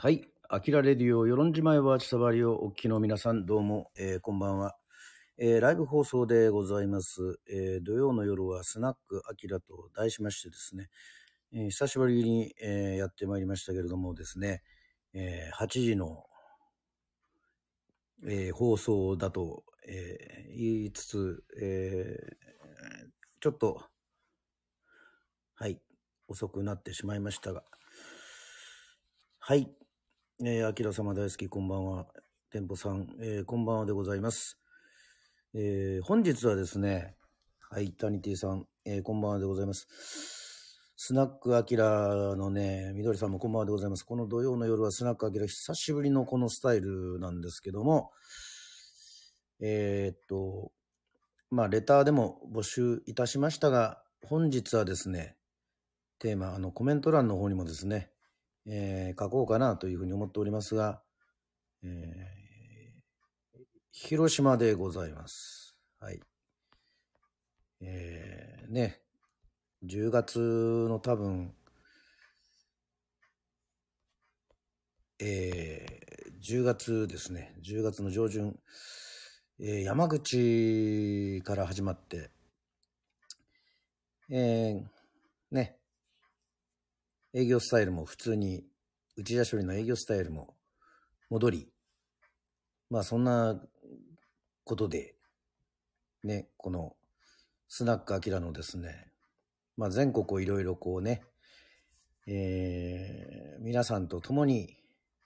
はい。アキラレディオ、与論島へはちさばりをお聞きの皆さん、どうも、こんばんは。ライブ放送でございます。土曜の夜はスナックアキラと題しましてですね、久しぶりに、やってまいりましたけれどもですね、8時の、放送だと、言いつつ、ちょっと、はい、遅くなってしまいましたが、はい。アキラ様大好き、こんばんは。店舗さん、こんばんはでございます。本日はですね、はい、タニティさん、こんばんはでございます。スナックアキラのね、みどりさんもこんばんはでございます。この土曜の夜はスナックアキラ、久しぶりのこのスタイルなんですけども、レターでも募集いたしましたが、本日はですね、テーマ、コメント欄の方にもですね、書こうかなというふうに思っておりますが、広島でございます。はい。ね、10月の多分、10月ですね、10月の上旬、山口から始まって、ね、営業スタイルも普通に、内田処理の営業スタイルも戻り、まあそんなことで、ね、このスナックアキラのですね、まあ全国をいろいろこうね、皆さんと共に、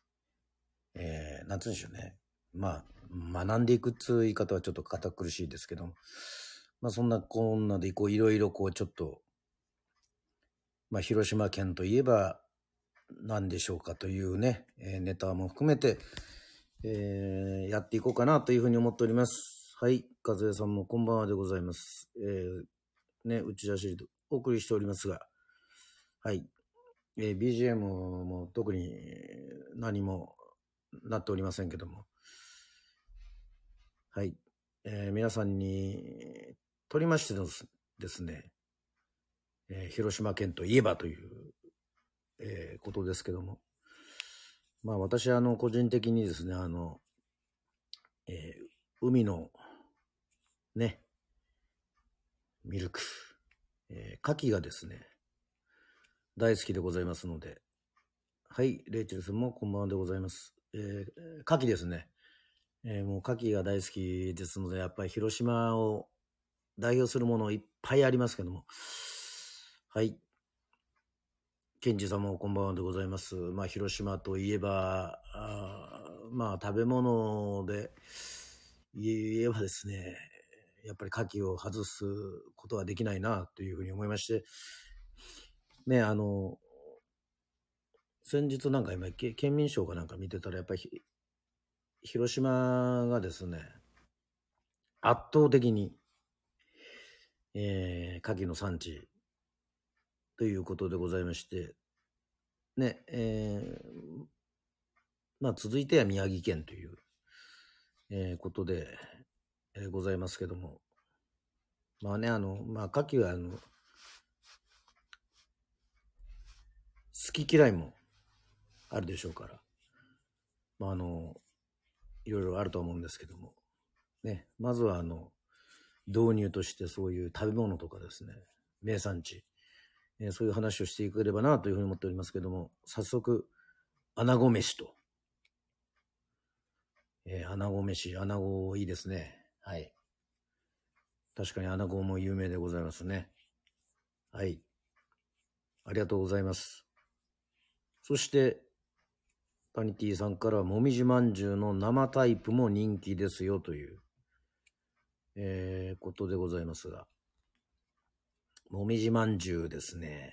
なんつうんでしょうね。まあ、学んでいくっていう言い方はちょっと堅苦しいですけども、まあそんなこんなでこういろいろこうちょっと、まあ広島県といえば何でしょうかというね、ネタも含めて、やっていこうかなというふうに思っております。はい。和江さんもこんばんはでございます。ね、内田シリーズお送りしておりますが、はい。BGM も特に何もなっておりませんけども、はい。皆さんにとりましてのですね、広島県といえばという、ことですけども、まあ私個人的にですね、海のね、ミルク、牡蠣がですね、大好きでございますので、はい、レイチェルさんもこんばんはでございます。牡蠣ですね。もう牡蠣が大好きですので、やっぱり広島を代表するものいっぱいありますけども、はい。ケンジさんもこんばんはでございます。まあ、広島といえば、まあ、食べ物で言えばですね、やっぱり牡蠣を外すことはできないな、というふうに思いまして、ね、先日なんか今、県民賞かなんか見てたら、やっぱり広島がですね、圧倒的に、牡蠣の産地ということでございまして、ね、まあ続いては宮城県という、ことで、ございますけども、まあね、まあ牡蠣は好き嫌いもあるでしょうから、まあいろいろあると思うんですけども、ね、まずは導入としてそういう食べ物とかですね、名産地、そういう話をしていければなというふうに思っておりますけども、早速、穴子飯と。穴子飯、穴子いいですね。はい。確かに穴子も有名でございますね。はい。ありがとうございます。そして、タニティさんからは、もみじまんじゅうの生タイプも人気ですよという、ことでございますが、もみじまんじゅうですね。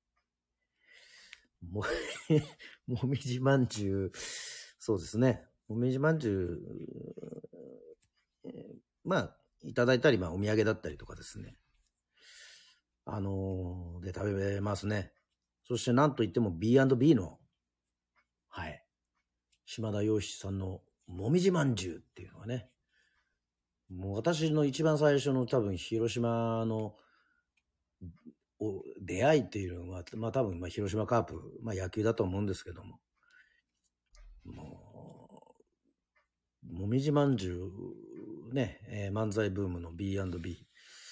もみじまんじゅう、そうですね。もみじまんじゅう、まあ、いただいたり、まあ、お土産だったりとかですね。で食べますね。そしてなんといっても B&B の、はい。島田洋七さんのもみじまんじゅうっていうのはね、もう私の一番最初の多分広島の出会いっていうのは、まあ多分まあ広島カープ、まあ野球だと思うんですけども、 ももみじまんじゅうね、漫才ブームの B&B、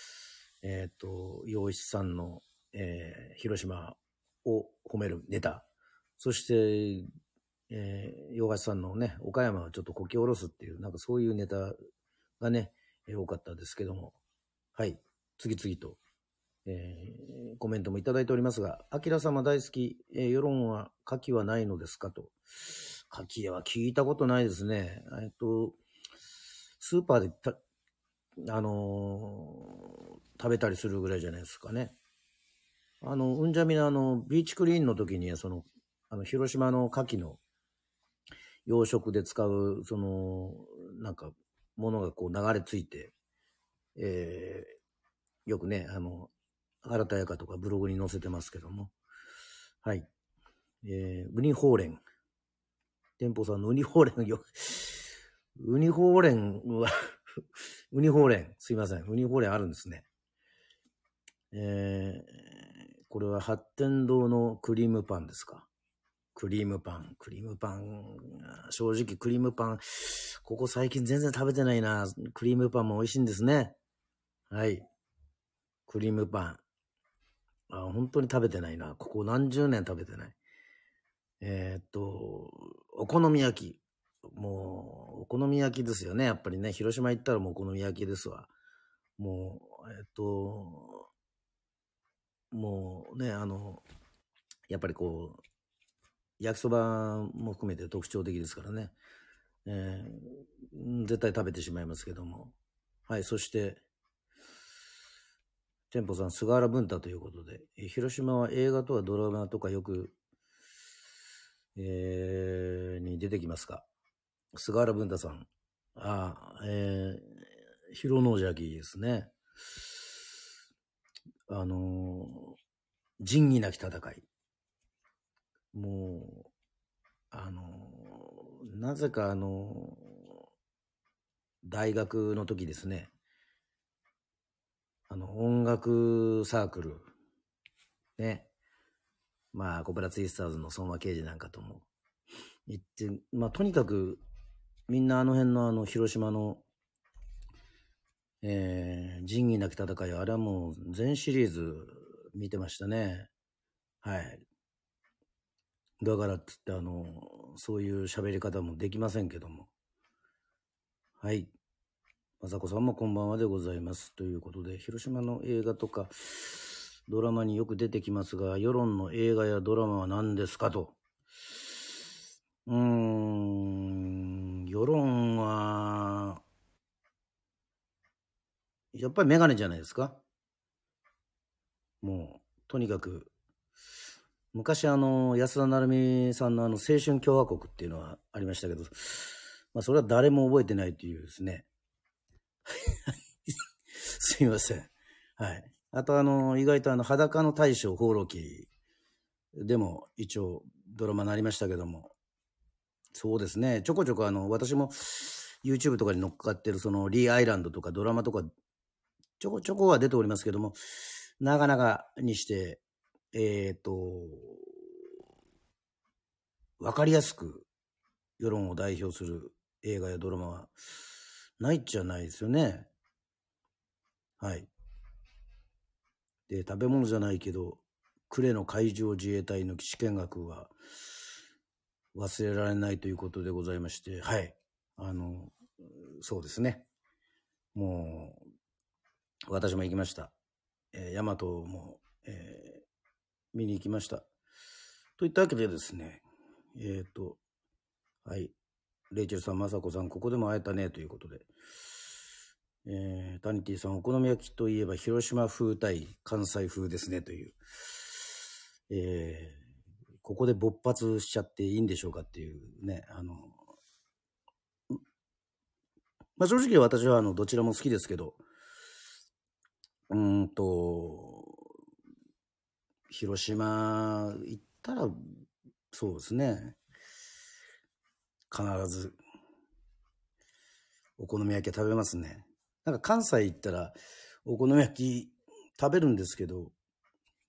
洋一さんの、広島を褒めるネタ、そして、洋橋さんのね、岡山をちょっとこき下ろすっていう、なんかそういうネタがね、多かったですけども、はい、次々と、コメントもいただいておりますが、あきら様大好き、世論は牡蠣はないのですかと。牡蠣は聞いたことないですね。スーパーで食べたりするぐらいじゃないですかね。うんじゃみのビーチクリーンの時に、広島の牡蠣の養殖で使う、なんか、ものがこう流れ着いて、よくね、新たやかとかブログに載せてますけども。はい。ウニほうれん。店舗さんのウニほうれんよ。ウニほうれんはウニほうれん。すいません。ウニほうれんあるんですね。これは八天堂のクリームパンですか。クリームパン。正直クリームパン、ここ最近全然食べてないな。クリームパンも美味しいんですね。はい。クリームパン。本当に食べてないな。ここ何十年食べてない。お好み焼き。もう、お好み焼きですよね。やっぱりね、広島行ったらもうお好み焼きですわ。もうね、やっぱりこう、焼きそばも含めて特徴的ですからね。絶対食べてしまいますけども。はい、そして、店舗さん、菅原文太ということで、広島は映画とかドラマとかよく、に出てきますか。菅原文太さん。広野崎ですね。仁義なき戦い。もう、なぜか大学の時ですね、音楽サークル、ね、まあ、コブラツイスターズの相馬刑事なんかとも行って、まあ、とにかく、みんなあの辺の広島の、仁義なき戦い、あれはもう全シリーズ見てましたね。はい。だからっつってそういう喋り方もできませんけども。はい。まさこさんもこんばんはでございます。ということで、広島の映画とかドラマによく出てきますが、世論の映画やドラマは何ですかと。世論は、やっぱりメガネじゃないですか。もう、とにかく、昔安田成美さんの青春共和国っていうのはありましたけど、まあそれは誰も覚えてないというですね。すいません。はい。あと意外と裸の大将放浪記でも一応ドラマになりましたけども、そうですね。ちょこちょこ私も YouTube とかに乗っかってるそのリーアイランドとかドラマとかちょこちょこは出ておりますけども、なかなかにして、わかりやすく世論を代表する映画やドラマはないっちゃないですよね。はい。で、食べ物じゃないけど、呉の海上自衛隊の基地見学は忘れられないということでございまして、はい。そうですね。もう、私も行きました。大和も、見に行きました。といったわけでですね、はい。レイチェルさん、まさこさん、ここでも会えたねということで、タニティさん、お好み焼きといえば広島風対関西風ですねという、ここで勃発しちゃっていいんでしょうかっていうね、まあ、正直私はどちらも好きですけど、広島行ったら、そうですね、必ずお好み焼き食べますね。なんか関西行ったらお好み焼き食べるんですけど、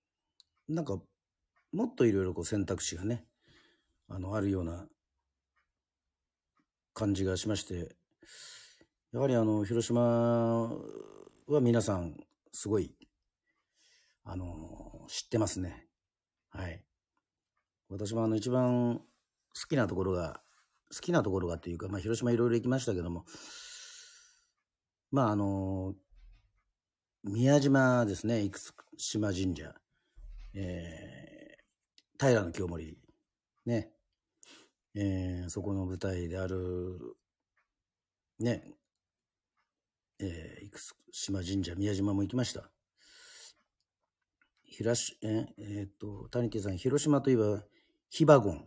なんかもっといろいろこう選択肢がね、あるような感じがしまして、やはり広島は皆さんすごい、知ってますね。はい。私も一番好きなところがというか、広島いろいろ行きましたけども、宮島ですね、厳島神社、平清盛、ね、そこの舞台である、ね、厳島神社、宮島も行きました。谷木さん、広島といえば、ヒバゴン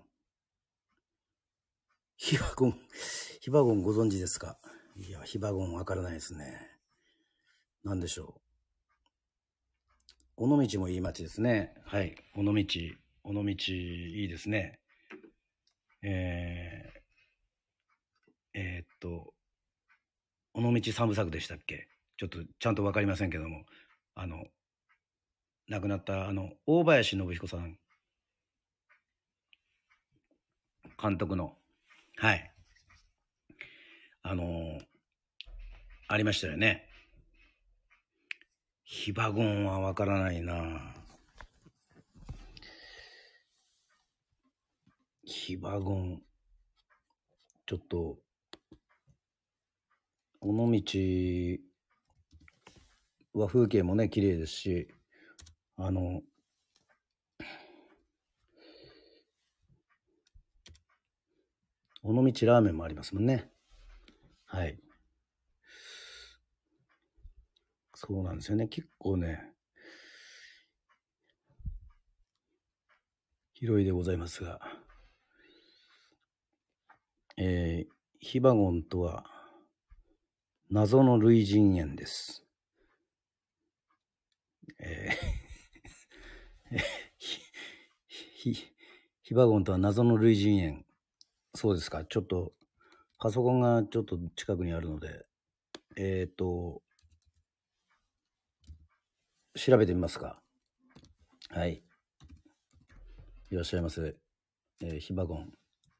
ご存知ですか？いや、ヒバゴンわからないですね。なんでしょう。尾道もいい町ですね。はい。尾道いいですね。尾道三部作でしたっけ？ちょっとちゃんとわかりませんけども、亡くなった大林信彦さん監督の、はい、ありましたよね。ヒバゴンはわからないな。ヒバゴン、ちょっと尾道は風景もね綺麗ですし、尾道ラーメンもありますもんね。はい。そうなんですよね。結構ね、広いでございますが、ヒバゴンとは謎の類人猿です。ヒバゴンとは謎の類人猿。そうですか。ちょっとパソコンがちょっと近くにあるので、調べてみますか。はい。いらっしゃいませ。ヒバゴン。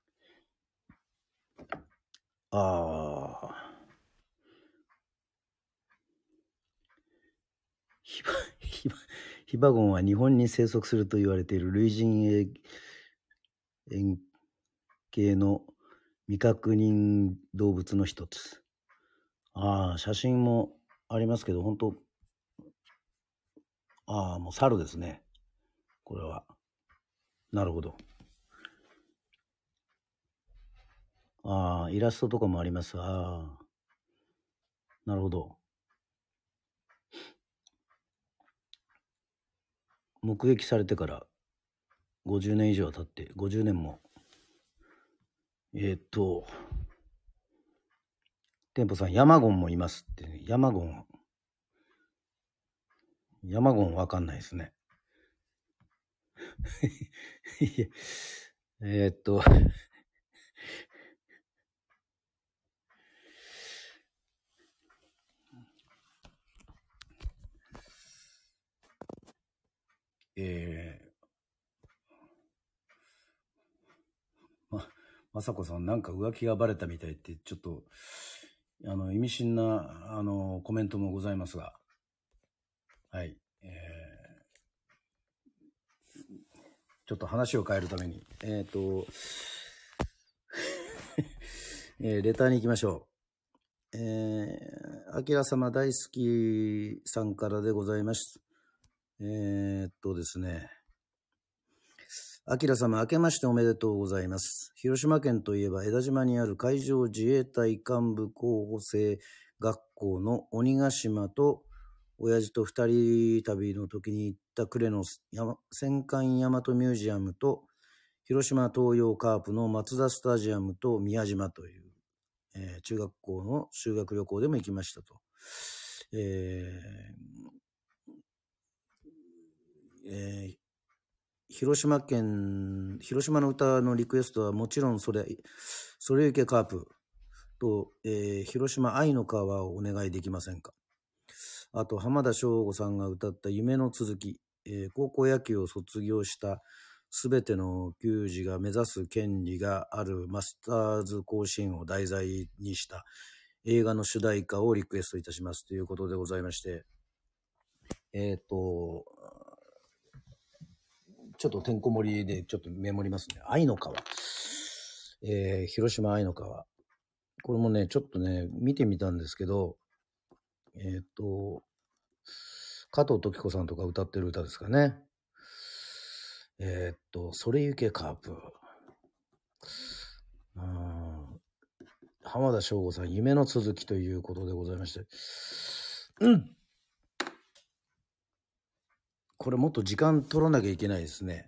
ヒバゴンは日本に生息すると言われている類人猿系の未確認動物の一つ。写真もありますけど、本当もう猿ですね。これは。なるほど。イラストとかもあります。なるほど。目撃されてから50年以上経って、50年も。店舗さん、ヤマゴンもいますって、ね。ヤマゴンわかんないですね。まさこさん、なんか浮気がバレたみたいって、ちょっと、意味深な、コメントもございますが、はい。ちょっと話を変えるために、レターに行きましょう。あきら様大好きさんからでございます。ですね。あきら様、明けましておめでとうございます。広島県といえば、江田島にある海上自衛隊幹部候補生学校の鬼ヶ島と、親父と二人旅の時に行った呉の戦艦大和ミュージアムと、広島東洋カープの松田スタジアムと宮島という、中学校の修学旅行でも行きましたと。広島の歌のリクエストはもちろんそれゆけカープと、広島愛の川をお願いできませんか。あと浜田省吾さんが歌った夢の続き、高校野球を卒業したすべての球児が目指す権利があるマスターズ甲子園を題材にした映画の主題歌をリクエストいたしますということでございまして、ちょっとてんこ盛りでちょっとメモりますね。愛の川。広島愛の川。これもね、ちょっとね、見てみたんですけど、加藤登紀子さんとか歌ってる歌ですかね。それゆけカープ。浜田省吾さん、夢の続きということでございまして。これもっと時間取らなきゃいけないですね。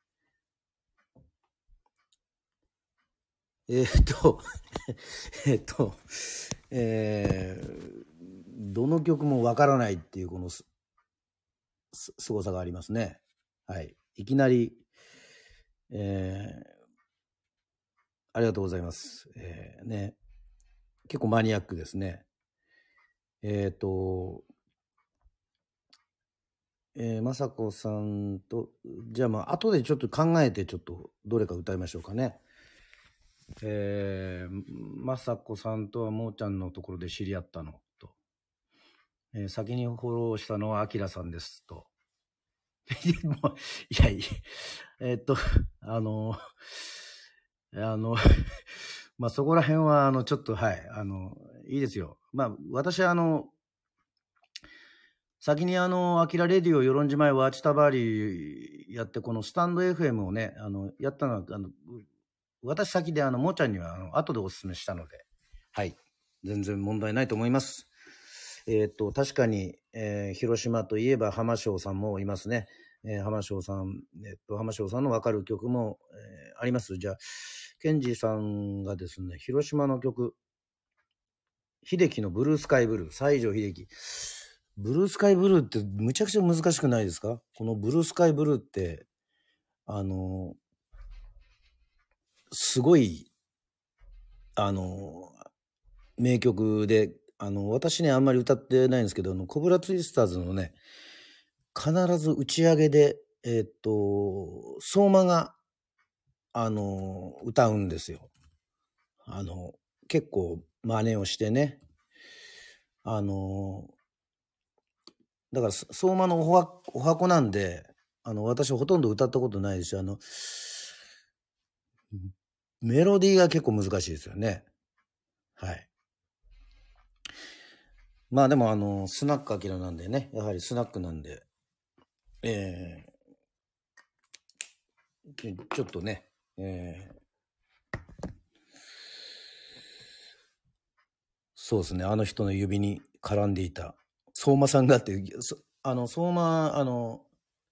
どの曲もわからないっていうこの凄さがありますね。はい。いきなり、ありがとうございます。ね。結構マニアックですね。雅子さんと、じゃあまあ後でちょっと考えてちょっとどれか歌いましょうかね。雅子さんとはもーちゃんのところで知り合ったのと、先にフォローしたのはあきらさんですと。もういやいや、まあそこら辺はちょっとはいいいですよ。まあ私先にアキラレディオ与論島へワーチタバーリーやってこのスタンド FM をねやったのは私先でもーちゃんには後でお勧めしたので、はい全然問題ないと思います。確かに、広島といえば浜翔さんもいますね。浜翔さん、浜翔さんの分かる曲も、あります。じゃあケンジさんがですね、広島の曲、秀樹のブルースカイブルー、西城秀樹。ブルースカイブルーってむちゃくちゃ難しくないですか？このブルースカイブルーって、すごい、名曲で、私ね、あんまり歌ってないんですけど、コブラツイスターズのね、必ず打ち上げで、相馬が、歌うんですよ。結構真似をしてね。だから相馬のお箱なんで私ほとんど歌ったことないですしメロディーが結構難しいですよね。はい。まあでもスナックアキラなんでね、やはりスナックなんでちょっとねそうですね、あの人の指に絡んでいた相馬さんがって相馬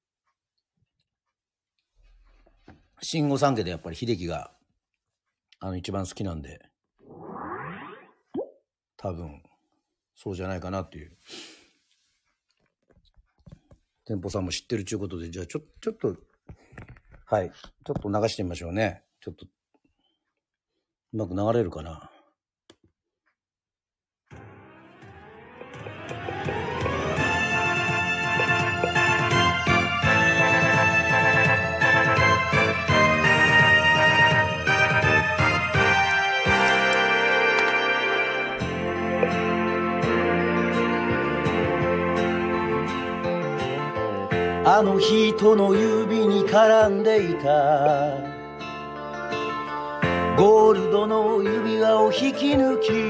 新御三家でやっぱり秀樹が一番好きなんで多分そうじゃないかなっていう。店舗さんも知ってるということで、じゃあちょっとはいちょっと流してみましょうね。ちょっとうまく流れるかな。あの人の指に絡んでいたゴールドの指輪を引き抜き、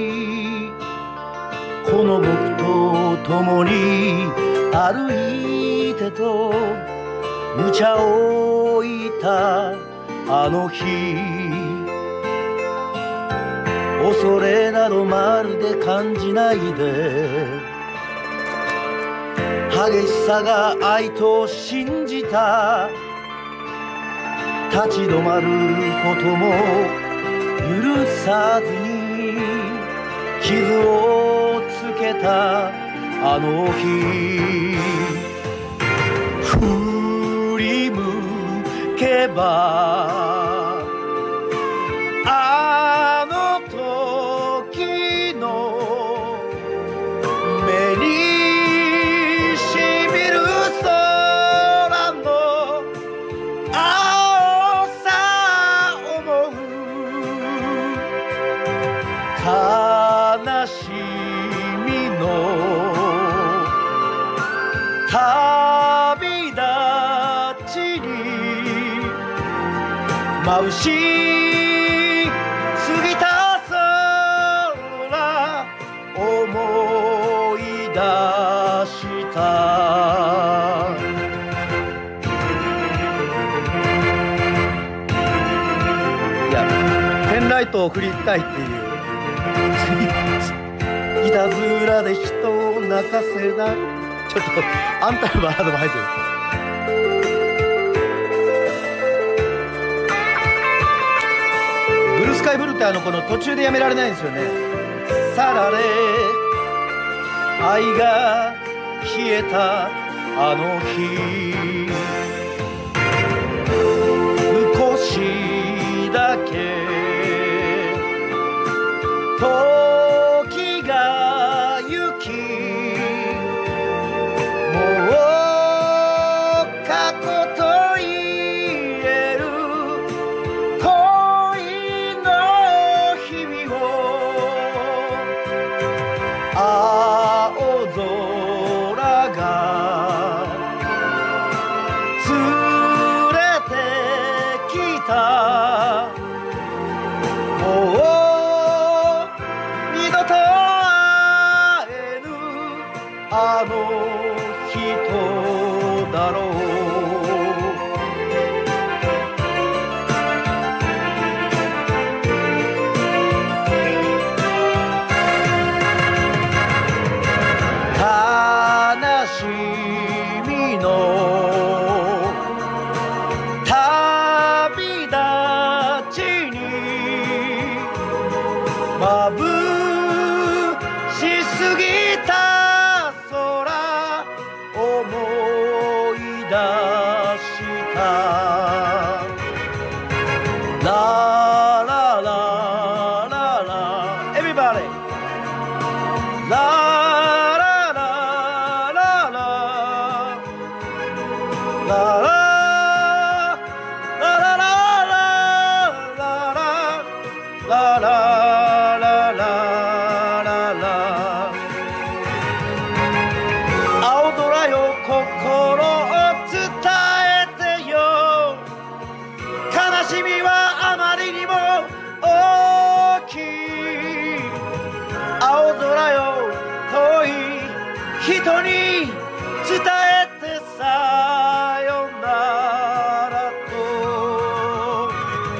この僕と共に歩いてと無茶を言ったあの日、恐れなどまるで感じないで、激しさが愛と信じた、立ち止まることも許さずに傷をつけたあの日、振り向けばあの時の目にしみる空のあに眩しすぎた空思い出したいやペンライトを振りたいっていういたずらで人を泣かせないちょっとあんたのバラードも入ってるブルースカイブルーってこの途中でやめられないんですよねさられ愛が消えたあの日少しだけ時が行きもう過去と言える恋の日々を青空が連れてきたもうあの人だろう悲しみの旅立ちに眩しすぎた思い出したラララララ Everybody ラララララララララララ青空よ心を伝えてよ悲しみはあまりにも大きい青空よ遠い人に伝えてさよならと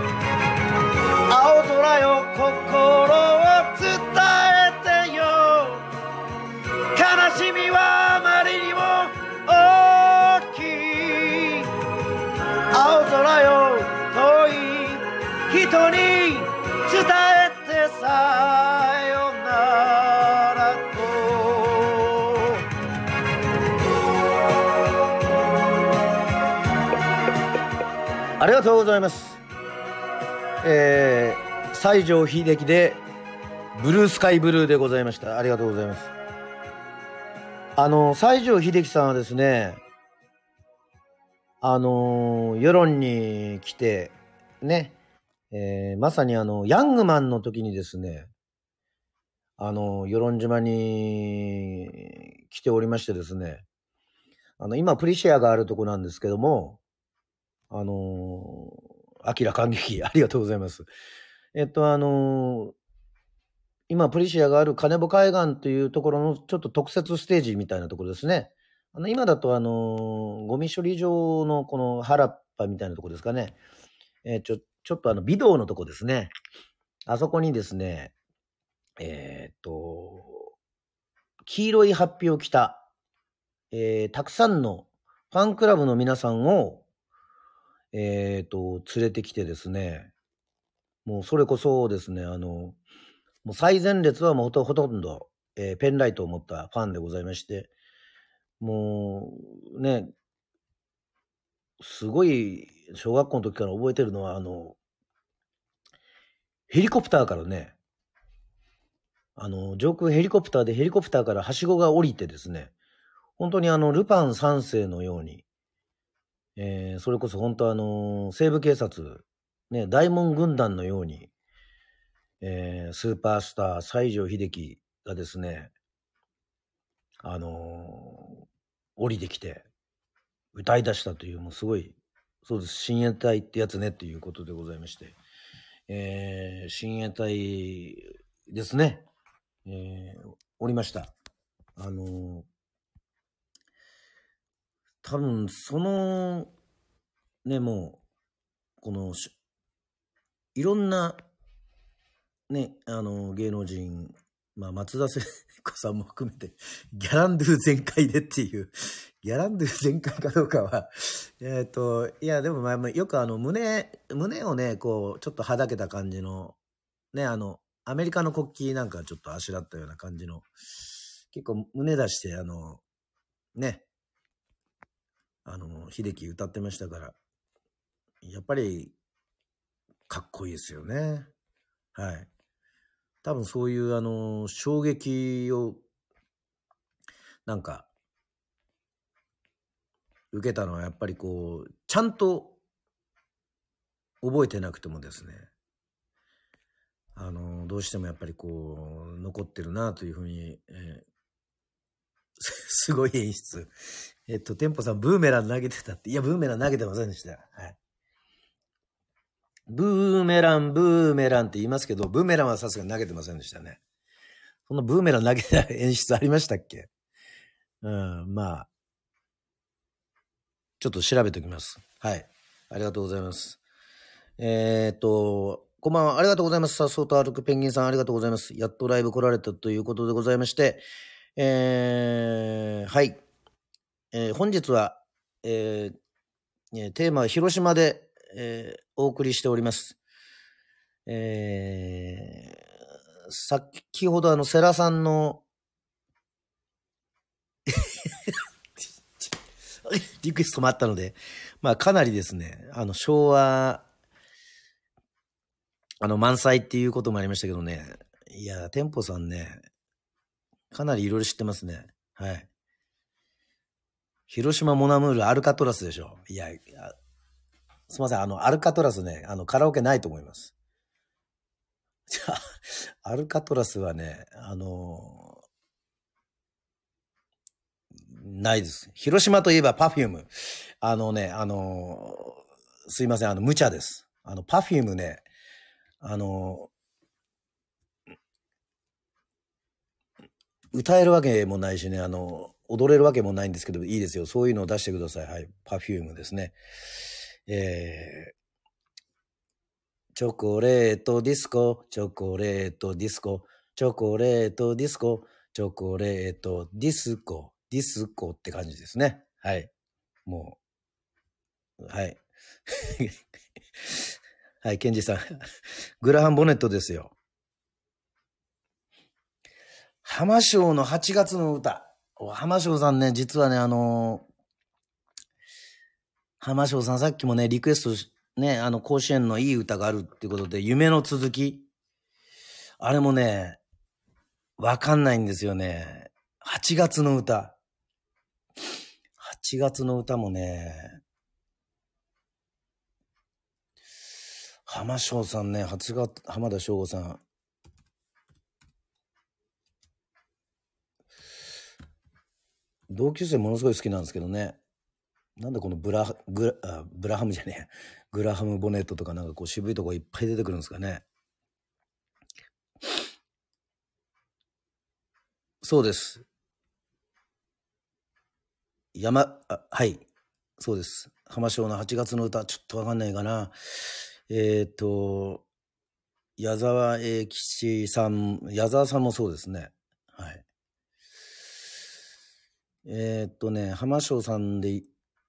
青空よ心を伝えてよ悲しみはあまりにも大きい青空よ遠い人に伝えてさよならとありがとうございます。西城秀樹でブルースカイブルーでございました。ありがとうございます。西城秀樹さんはですね、世論に来て、ね、まさにヤングマンの時にですね、与論島に来ておりましてですね、今プリシアがあるとこなんですけども、アキラ感激、ありがとうございます。今プリシアがある金穂海岸というところのちょっと特設ステージみたいなところですね。今だとゴミ処理場のこの原っぱみたいなところですかね。ちょっと微動のとこですね。あそこにですね、黄色いハッピーを着た、たくさんのファンクラブの皆さんを、連れてきてですね、もうそれこそですね、もう最前列はもうほとんど、ペンライトを持ったファンでございまして、もうね、すごい小学校の時から覚えてるのは、ヘリコプターからね、上空ヘリコプターでヘリコプターからはしごが降りてですね、本当にルパン三世のように、それこそ本当西部警察、ね、大門軍団のように、スーパースター西城秀樹がですね、降りてきて歌い出したという、もうすごいそうです。親衛隊ってやつねっていうことでございまして。親衛隊ですね。おりました。多分、ね、もう、いろんな、ね、芸能人、松田聖子さんも含めて、ギャランドゥ全開でっていう、ギャランドゥ全開かどうかは、いや、でもよく胸をね、こう、ちょっとはだけた感じの、ね、アメリカの国旗なんかちょっとあしらったような感じの、結構胸出して、ね、秀樹歌ってましたから、やっぱり、かっこいいですよね。はい。多分そういう衝撃をなんか受けたのはやっぱりこうちゃんと覚えてなくてもですね、どうしてもやっぱりこう残ってるなというふうに、すごい演出。テンポさんブーメラン投げてたって。いや、ブーメラン投げてませんでした。はい。ブーメランって言いますけど、ブーメランはさすがに投げてませんでしたね。そんなブーメラン投げた演出ありましたっけ？ちょっと調べておきます。はい。ありがとうございます。こんばんは。ありがとうございます。さっそうと歩くペンギンさんありがとうございます。やっとライブ来られたということでございまして、はい。本日は、テーマは広島で、お送りしております。先ほど世良さんのリクエストもあったので、かなりですね、昭和、満載っていうこともありましたけどね、いや、テンポさんね、かなりいろいろ知ってますね。はい。広島モナムールアルカトラスでしょ。いや、すいません、アルカトラスね、カラオケないと思います。じゃあ、アルカトラスはね、ないです。広島といえばパフューム。すいません、無茶です。パフュームね、歌えるわけもないしね、踊れるわけもないんですけど、いいですよ。そういうのを出してください。はい。パフュームですね。チョコレートディスコ、チョコレートディスコ、チョコレートディスコ、チョコレートディスコ、ディスコって感じですね。はい。もう、はい。はい、ケンジさん。グラハン・ボネットですよ。浜章の8月の歌。浜章さんね、実はね、浜章さんさっきもね、リクエストね、甲子園のいい歌があるっていうことで、夢の続き。あれもね、わかんないんですよね。8月の歌。8月の歌もね、浜章さんね、浜田省吾さん。同級生ものすごい好きなんですけどね。なんでこのブラハムじゃねえ。グラハム・ボネットとかなんかこう渋いとこいっぱい出てくるんですかね。そうです。はい。そうです。浜章の8月の歌、ちょっとわかんないかな。矢沢永吉さん、矢沢さんもそうですね。はい。浜章さんで、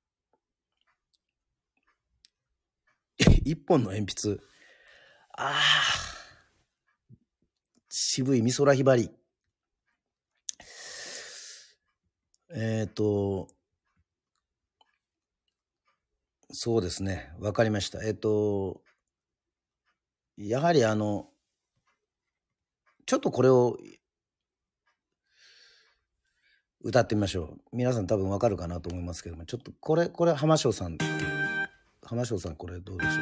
一本の鉛筆。渋い美空ひばり。そうですね。わかりました。やはりちょっとこれを歌ってみましょう。皆さん多分わかるかなと思いますけども、ちょっとこれ浜章さんっていう。浜章さんこれどうでしょ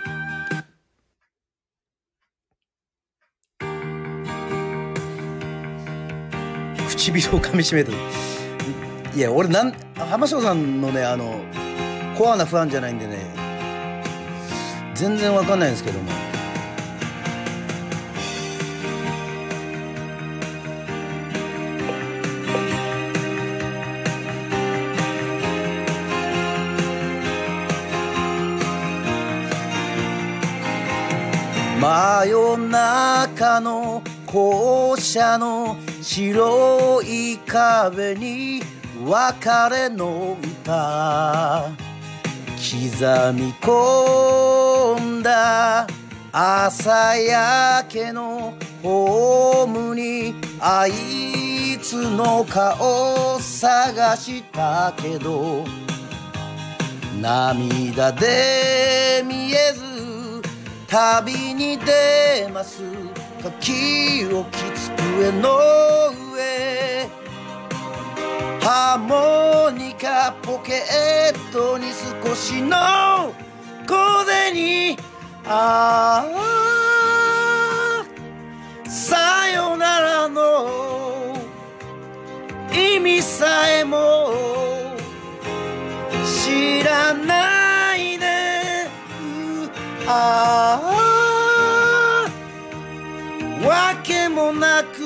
う。唇を噛みしめてる。いや、俺浜章さんのね、 コアなファンじゃないんでね、全然わかんないんですけども。真夜中の校舎の白い壁に別れの歌刻み込んだ朝焼けのホームにあいつの顔探したけど涙で見えず旅に出ます書き置き机の上ハーモニカポケットに少しの小銭ああさよならの意味さえも知らないねああわけもなく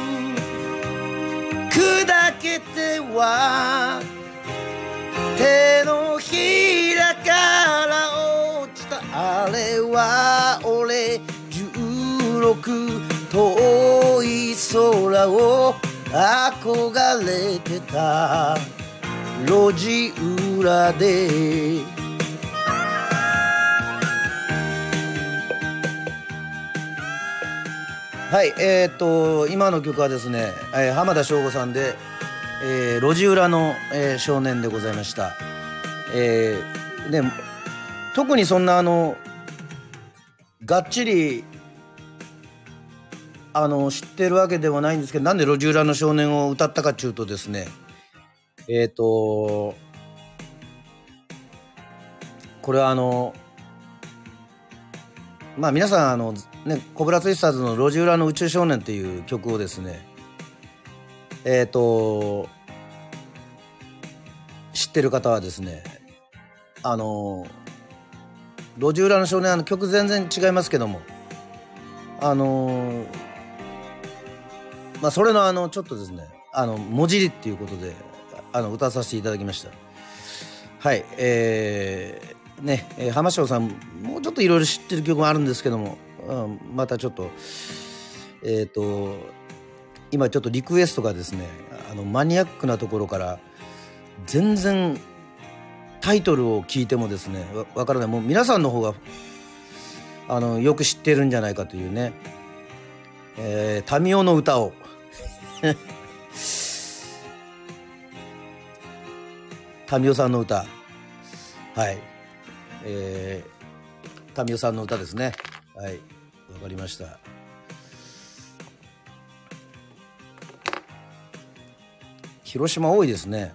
砕けては手のひらから落ちたあれは俺16遠い空を憧れてた路地裏ではい、今の曲はですね、浜田省吾さんで、路地裏の、少年でございました。で特にそんながっちり知ってるわけではないんですけど、なんで路地裏の少年を歌ったかっていうとですね、これはまあ皆さんコブラツイスターズの路地裏の宇宙少年っていう曲をですね知ってる方はですね路地裏の少年曲全然違いますけどもまあそれのちょっとですね文字りっていうことで歌わさせていただきました。はい浜翔さんもうちょっといろいろ知ってる曲もあるんですけども、またちょっと今ちょっとリクエストがですねマニアックなところから全然タイトルを聞いてもですねわからないもう皆さんの方がよく知ってるんじゃないかというね、民生の歌を民生さんの歌はい民生さんの歌ですね。はいわかりました。広島多いですね。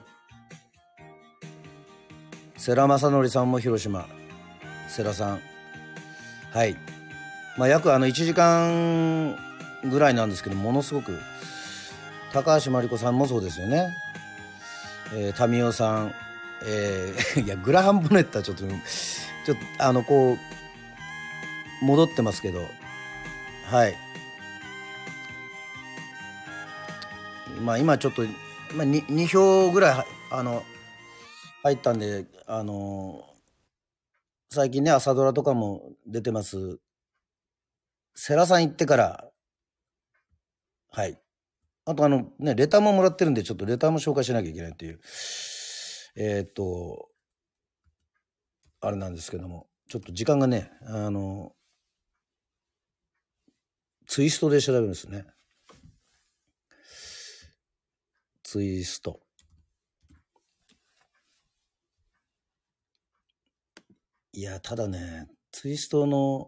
世良正則さんも広島世良さんはいまあ約1時間ぐらいなんですけどものすごく高橋真理子さんもそうですよね。民生さんいやグラハン・ボネットはちょっとこう戻ってますけどはいまあ今ちょっと、2票ぐらい入ったんで最近ね朝ドラとかも出てます世良さん行ってからはいあとレターももらってるんでちょっとレターも紹介しなきゃいけないっていうあれなんですけどもちょっと時間がねツイストで調べるんですね。ツイストいやただねツイストの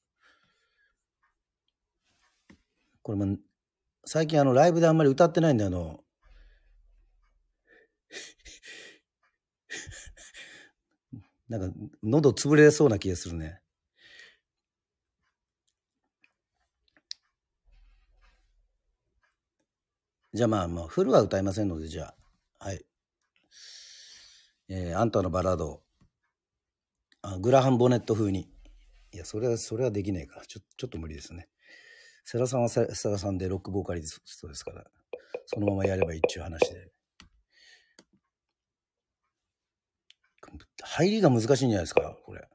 これも最近ライブであんまり歌ってないんでなんか喉潰れそうな気がするね。じゃあまあフルは歌いませんのでじゃあはいあんたのバラードグラハンボネット風に。いや、それはできないか。ちょっと無理ですね。世良さんは世良さんでロックボーカリストですから、そのままやればいいっていう話で。入りが難しいんじゃないですか、これ。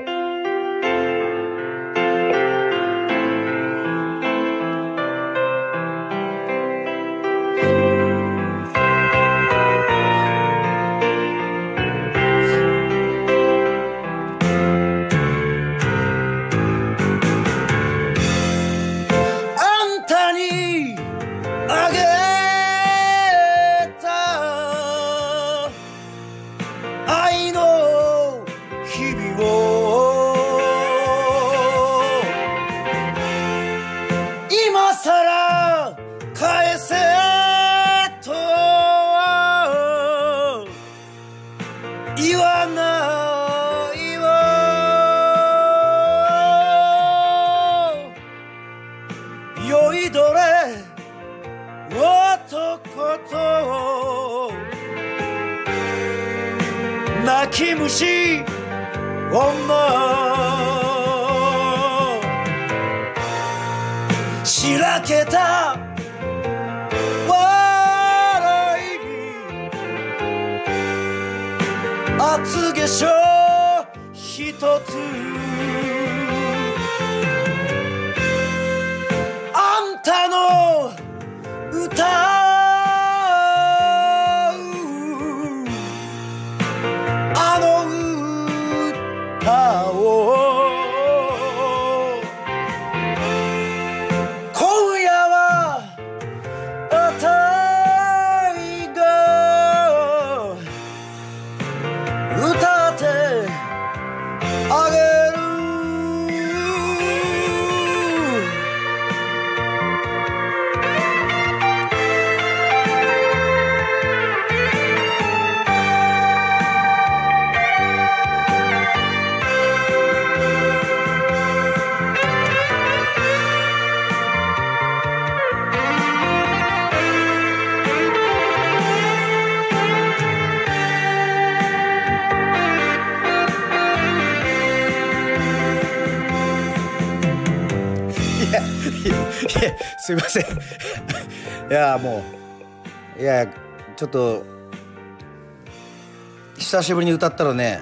泣き虫女しらけた笑いに厚化粧一つあんたの歌すいませんいやもうちょっと久しぶりに歌ったらね、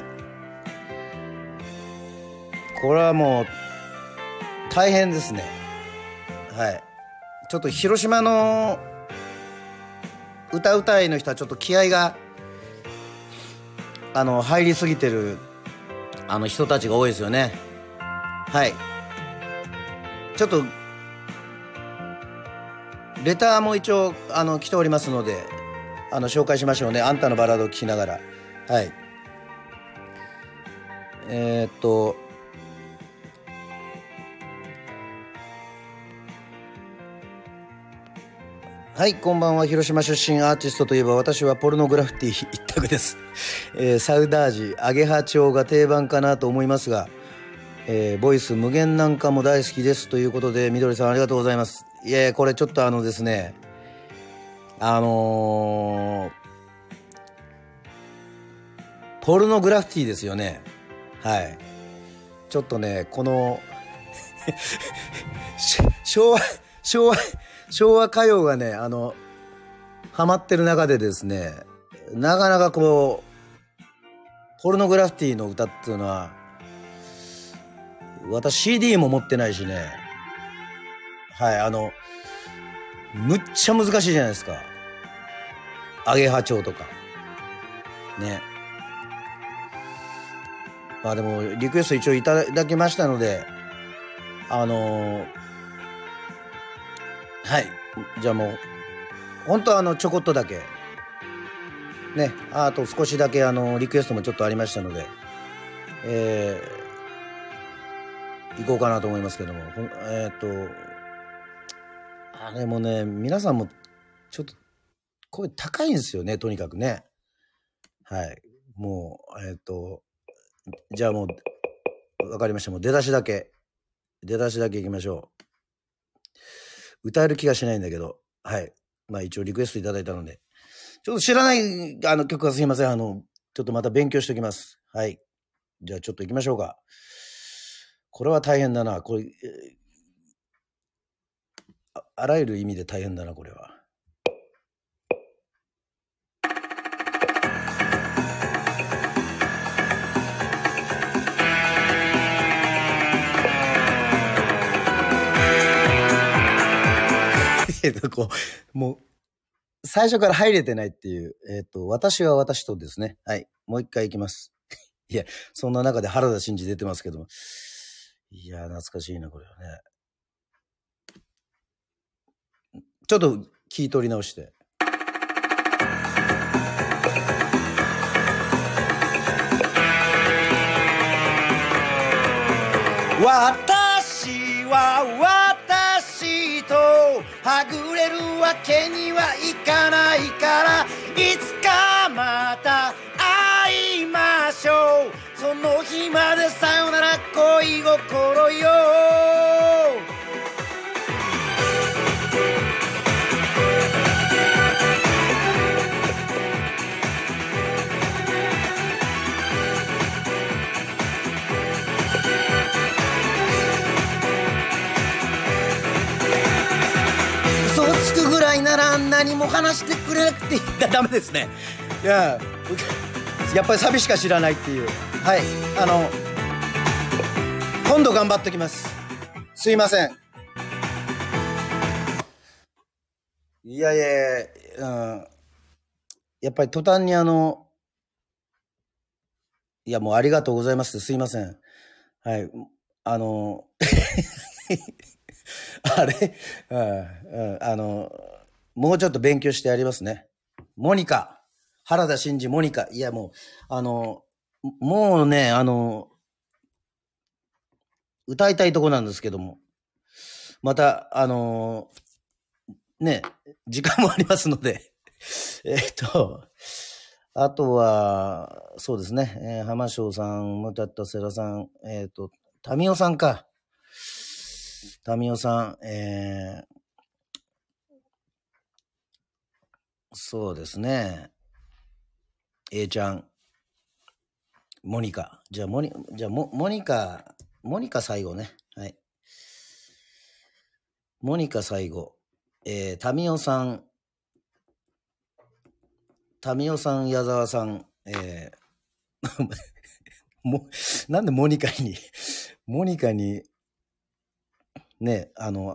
これはもう大変ですね。はい、ちょっと広島の歌うたいの人はちょっと気合が入りすぎてる人たちが多いですよね。はい、ちょっとレターも一応来ておりますので紹介しましょうね。あんたのバラードを聴きながら。はい、はい、こんばんは。広島出身アーティストといえば私はポルノグラフィティ一択です。サウダージアゲハチョウが定番かなと思いますが、ボイス無限なんかも大好きですということで、みどりさんありがとうございます。いやこれちょっとですね、ポルノグラフィティですよね。はい、ちょっとねこの昭和歌謡がねハマってる中でですね、なかなかこうポルノグラフィティの歌っていうのは、私 CD も持ってないしね。はい、むっちゃ難しいじゃないですか。アゲハチョウとかね。まあでもリクエスト一応いただきましたので、はい、じゃあもう本当はちょこっとだけね、あと少しだけリクエストもちょっとありましたので、行こうかなと思いますけども、でもね、皆さんもちょっと声高いんですよね、とにかくね。はい、もうじゃあもうわかりました。もう出だしだけいきましょう。歌える気がしないんだけど、はい、まあ一応リクエストいただいたので、ちょっと知らない曲はすいません。ちょっとまた勉強しておきます。はい。 じゃあちょっと行きましょうか。これは大変だな。これ、あらゆる意味で大変だな、これは。こう、もう、最初から入れてないっていう、私は私とですね。はい。もう一回いきます。いや、そんな中で原田真二出てますけども。いや、懐かしいな、これはね。ちょっとキー取り直して。私は私とはぐれるわけにはいかないから、いつかまた会いましょう。その日までさよなら恋心よ。嘘つくぐらいなら何も話してくれなくていい。ダメですね。いや、やっぱりサビしか知らないっていう。はい、今度頑張ってきます。すいません。いやいやいや、やっぱり途端にいやもうありがとうございます。すいません。はい、あれ、もうちょっと勉強してやりますね。モニカ。原田真二、モニカ。いやもう、もうね、歌いたいとこなんですけども。また、ね、時間もありますので。あとは、そうですね、浜翔さん、ムタッタセラさん、タミオさんか。タミオさん、そうですね。A ちゃん、モニカ。じゃあモニカ最後ね。はい。モニカ最後。タミオさん、矢沢さん、なんでモニカに、ね、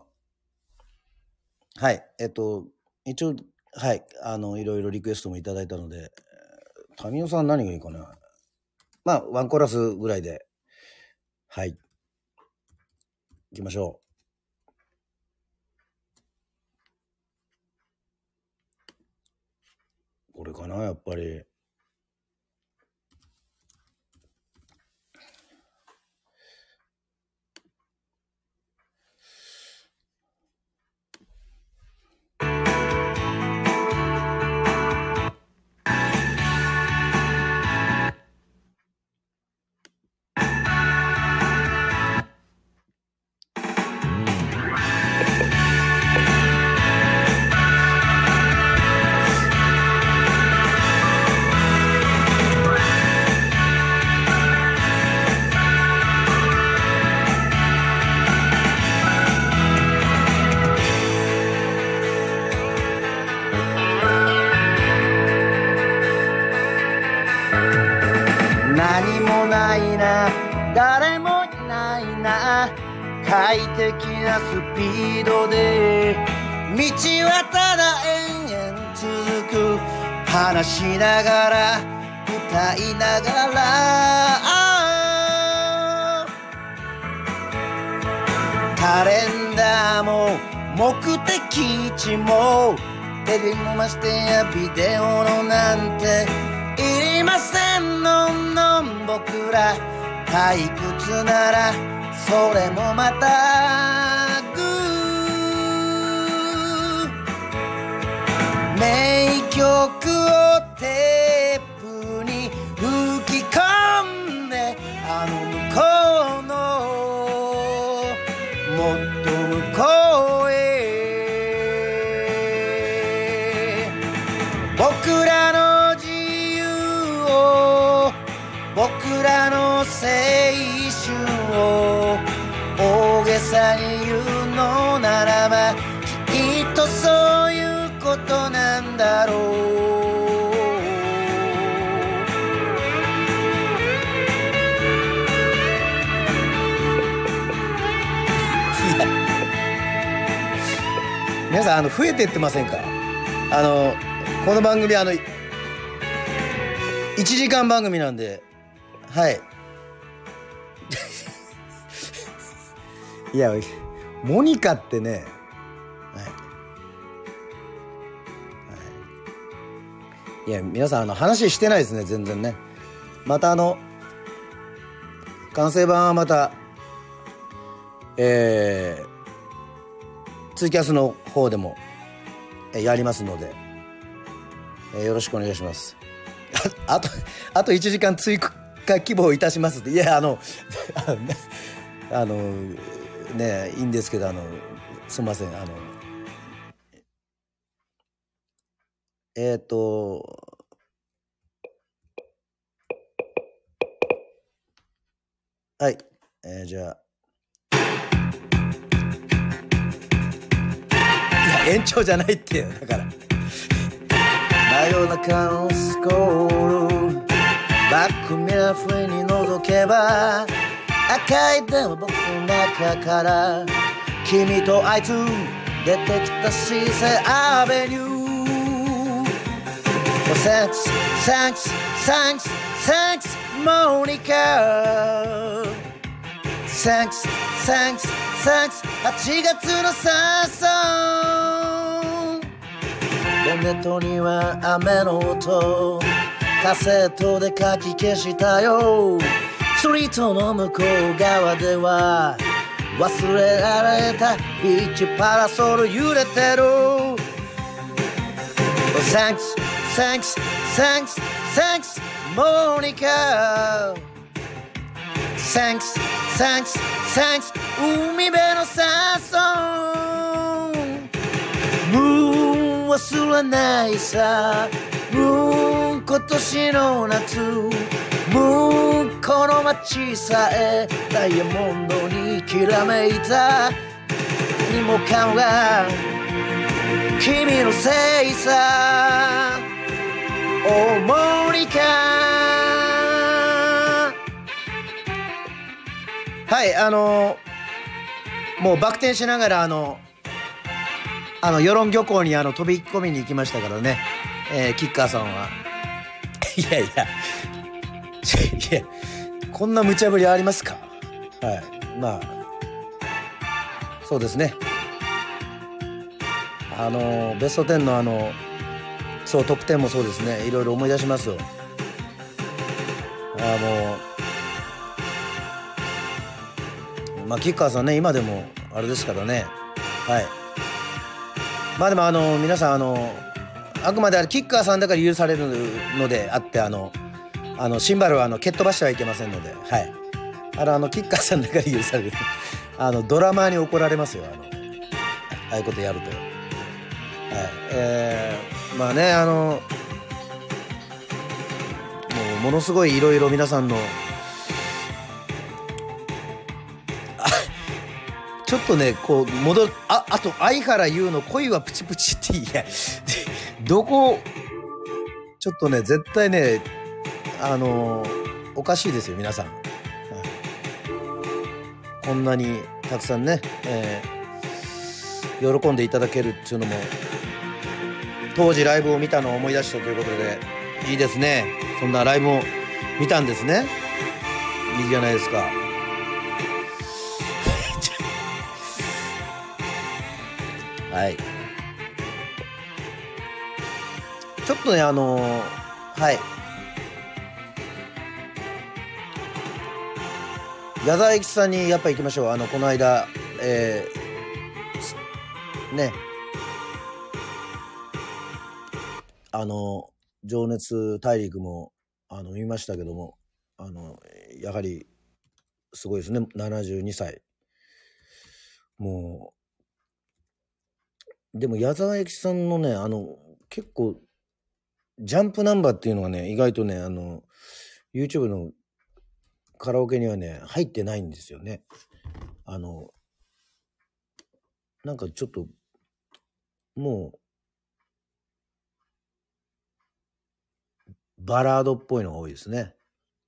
はい、一応、はい、いろいろリクエストもいただいたので、タミオさん何がいいかな。まあ、ワンコーラスぐらいで、はい、行きましょう。これかな、やっぱり。何もないな、誰もいないな、快適なスピードで道はただ延々続く、話しながら歌いながら、カレンダーも目的地もテレビもましてやビデオのなんていりませんのんのん、僕ら退屈ならそれもまたグー、名曲をテープに吹き込んで、あの向こうのもっと向こうへ、僕らの自由を、僕らの春を大げさに言うのならば、きっとそういうことなんだろう。いや、皆さん増えてってませんか？この番組1時間番組なんで、はい。いや、モニカってね、はい。はい、いや、皆さん話してないですね、全然ね。また完成版はまた、ツイキャスの方でも、やりますので、よろしくお願いします。あと1時間追加希望いたしますって。いや、ね、いいんですけど、すみません、はい、じゃあ、いや、延長じゃないってよ、だから。真夜中のスコール、バックミラーフに覗けば、赤い電話ボックスの中から君とあいつ出てきたシーセアベニュー。 Thanks Monica、 Thanks 8月のサンソン、ボンネットには雨の音、カセットで書き消したよ。ストリートの向こう側では忘れられたビーチパラソル揺れてる。 Thanks Monica、 Thanks 海辺のサンソン、忘れないさ、今年の夏、この街さえダイヤモンドにきらめいた。にもかもが君のせいさ、おモニカ。はい、もうバク転しながら与論漁港に飛び込みに行きましたからね、キッカーさんは。いやこんな無茶ぶりありますか？はい、まあそうですね。ベスト10のそうトップ10もそうですね。いろいろ思い出しますよ。もうまあキッカーさんね、今でもあれですからね。はい。まあでも皆さんあくまでキッカーさんだから許されるのであって、シンバルは蹴っ飛ばしてはいけませんので、はい。キッカーさんだから許される。ドラマーに怒られますよ。ああいうことやると。はい。まあね、ものすごいいろいろ皆さんのちょっとねこうあと相原優の恋はプチプチって、いやどこちょっとね絶対ねおかしいですよ皆さん、はい、こんなにたくさんね、喜んでいただけるっていうのも当時ライブを見たのを思い出したということでいいですね。そんなライブを見たんですね。いいじゃないですか。はい。ちょっとねはい矢沢永吉さんにやっぱ行きましょう。この間ね情熱大陸も見ましたけどもやはりすごいですね。72歳もう。でも矢沢永吉さんのね結構ジャンプナンバーっていうのがね意外とねYouTube のカラオケにはね、入ってないんですよね。なんかちょっと、もう、バラードっぽいのが多いですね。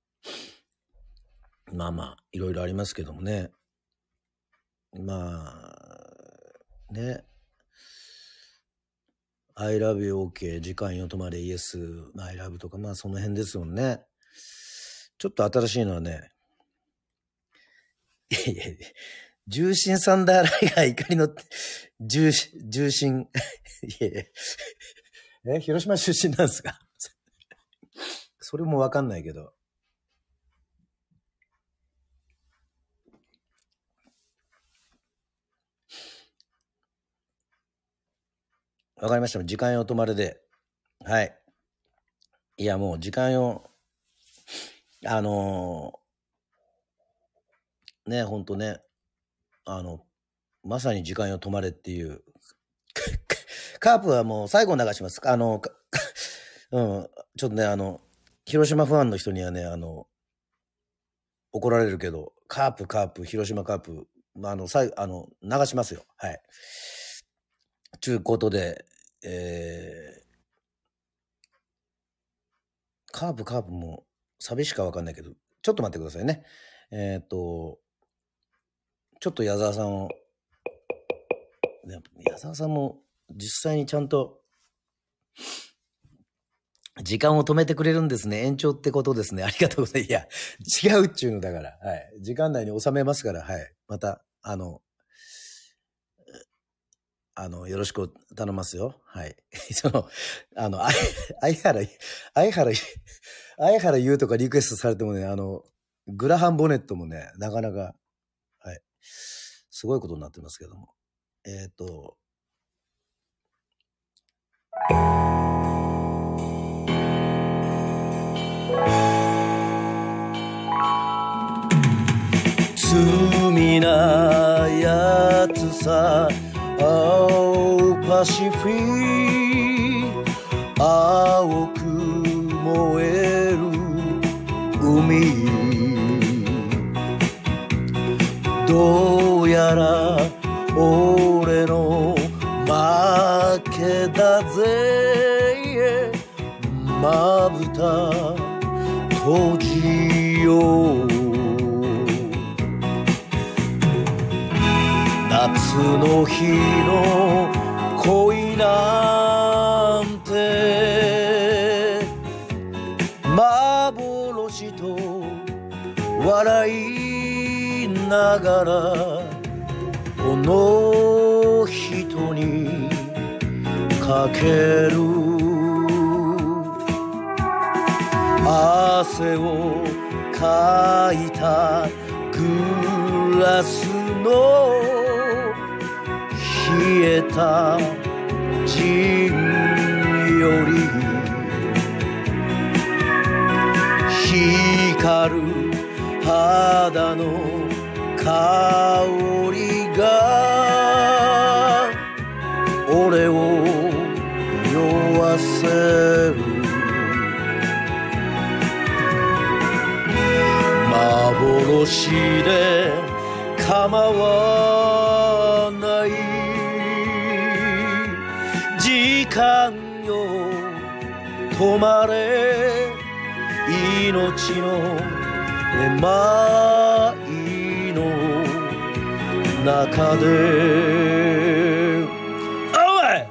まあまあ、いろいろありますけどもね。まあ、ね。I love you OK、時間よ止まれ Yes、I love とか、まあその辺ですもんね。ちょっと新しいのはね、重心サンダーライガー怒りの重心広島出身なんですかそれもわかんないけど。わかりました。時間よ止まれで。はい。いやもう時間よ、ね、ほんとね、まさに時間よ止まれっていう。カープはもう最後流します。ちょっとね、広島ファンの人にはね、怒られるけど、カープ、広島カープ、流しますよ。はい。ちゅうことで、カープもサビしかわかんないけど、ちょっと待ってくださいね。ちょっと矢沢さんを、矢沢さんも実際にちゃんと時間を止めてくれるんですね。延長ってことですね。ありがとうございます。いや、違うっちゅうのだから。はい。時間内に収めますから、はい。また、よろしく頼ますよ。はい。相原言うとかリクエストされてもね、グラハンボネットもね、なかなか、はい。すごいことになってますけども。罪なやつさ、パシフィ青く燃える海、どうやら俺の負けだぜ、まぶた閉じよう、夏の日の恋なんて幻と笑いながらこの人にかける、汗をかいたグラスの冷えたジンより光る肌の香りが俺を酔わせる、幻で構わない時間よ止まれ、命のめまいの中で、おい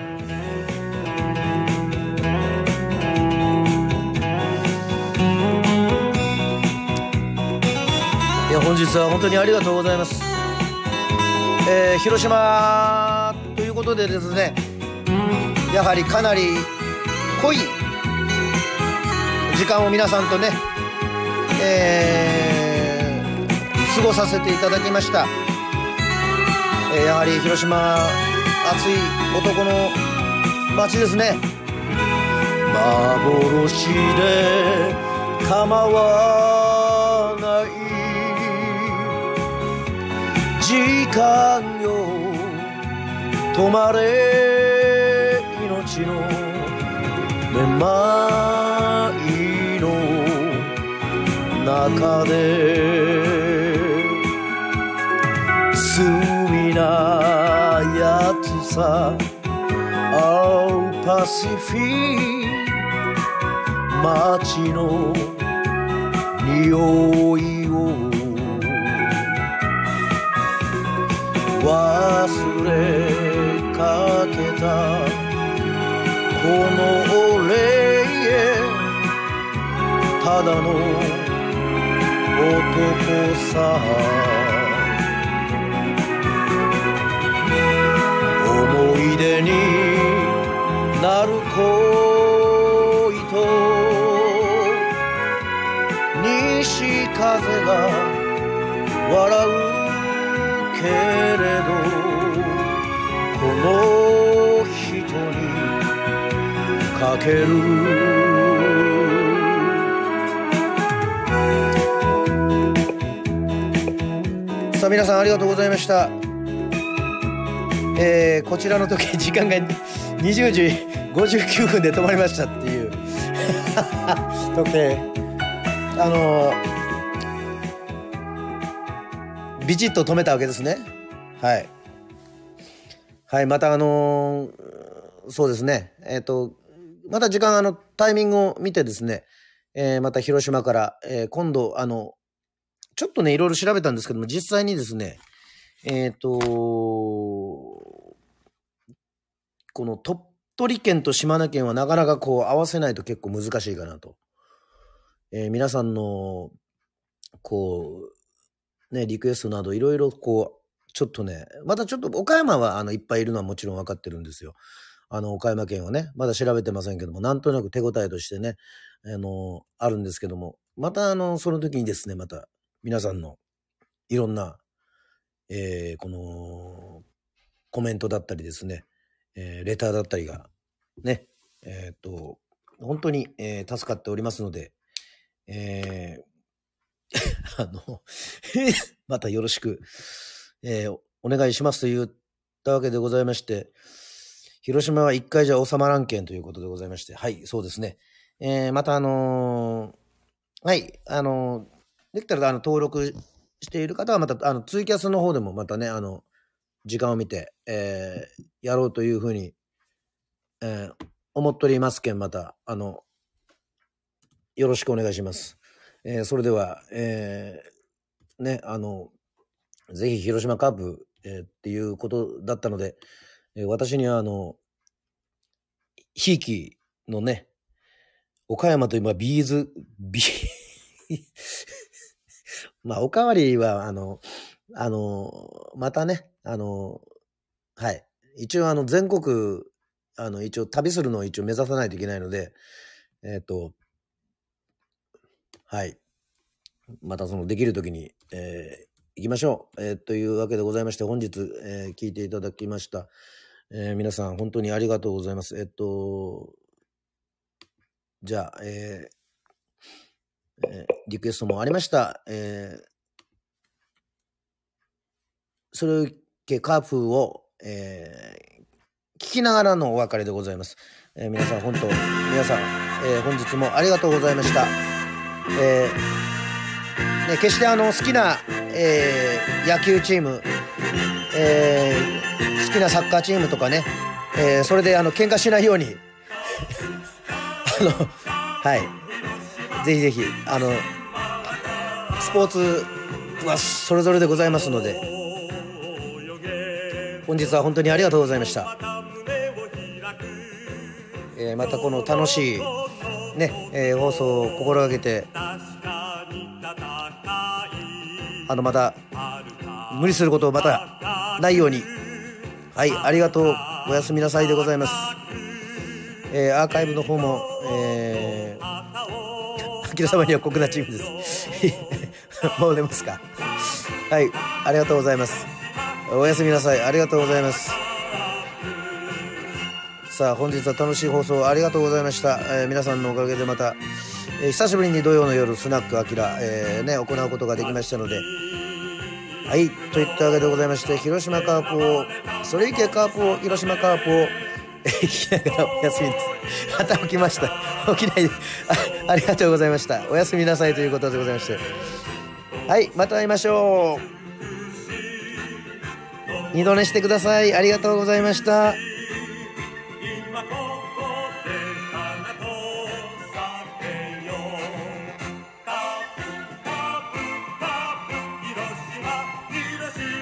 いや本日は本当にありがとうございます。広島ということでですね、やはりかなり濃い時間を皆さんとね、過ごさせていただきました。やはり広島熱い男の街ですね。幻で構わない時間よ止まれ、命のめまいの中中で罪なやつさパシフィ街の匂いを忘れかけたこの俺へただの男さ思い出になる恋と西風が笑うけれどこの人にかけるさあ皆さんありがとうございました。こちらの時時間が20時59分で止まりましたっていう時計ビチッと止めたわけですね。はいはい、またそうですねまた時間タイミングを見てですね、また広島から、今度ちょっとねいろいろ調べたんですけども実際にですねこの鳥取県と島根県はなかなかこう合わせないと結構難しいかなと、皆さんのこうねリクエストなどいろいろこうちょっとねまたちょっと岡山はいっぱいいるのはもちろん分かってるんですよ。岡山県はねまだ調べてませんけどもなんとなく手応えとしてねあるんですけどもまたその時にですねまた皆さんのいろんな、このコメントだったりですねレターだったりがね本当に、助かっておりますので、またよろしく、お願いしますと言ったわけでございまして広島は一回じゃ収まらんけんということでございましてはいそうですね、またはいできたら登録している方はまたツイキャスの方でもまたね時間を見て、やろうというふうに、思っておりますけんまたよろしくお願いします。それでは、ねぜひ広島カープ、っていうことだったので、私にはひいきのね岡山と今ビーズまあおかわりはまたねはい一応全国一応旅するのを一応目指さないといけないのではいまたできる時に、行きましょう、というわけでございまして本日、聞いていただきました、皆さん本当にありがとうございます。じゃあ、リクエストもありました、それをカープを、聞きながらのお別れでございます。皆さん本日もありがとうございました。決して好きな、野球チーム、好きなサッカーチームとかね、それで喧嘩しないようにはいぜひぜひスポーツはそれぞれでございますので本日は本当にありがとうございました。またこの楽しいね、放送を心がけてまた無理することをまたないようにはいありがとうおやすみなさいでございます。アーカイブの方も明様には酷なチームですもう出ますか。はいありがとうございます。おやすみなさいありがとうございます。さあ本日は楽しい放送ありがとうございました。皆さんのおかげでまた、久しぶりに土曜の夜スナックアキラ、行うことができましたのではいといったわけでございまして広島カープをそれいけカープを広島カープを聞きながらお休みです。また起きました。起きないでありがとうございました。おやすみなさいということでございまして。はい、また会いましょう。二度寝してください。ありがとうございました。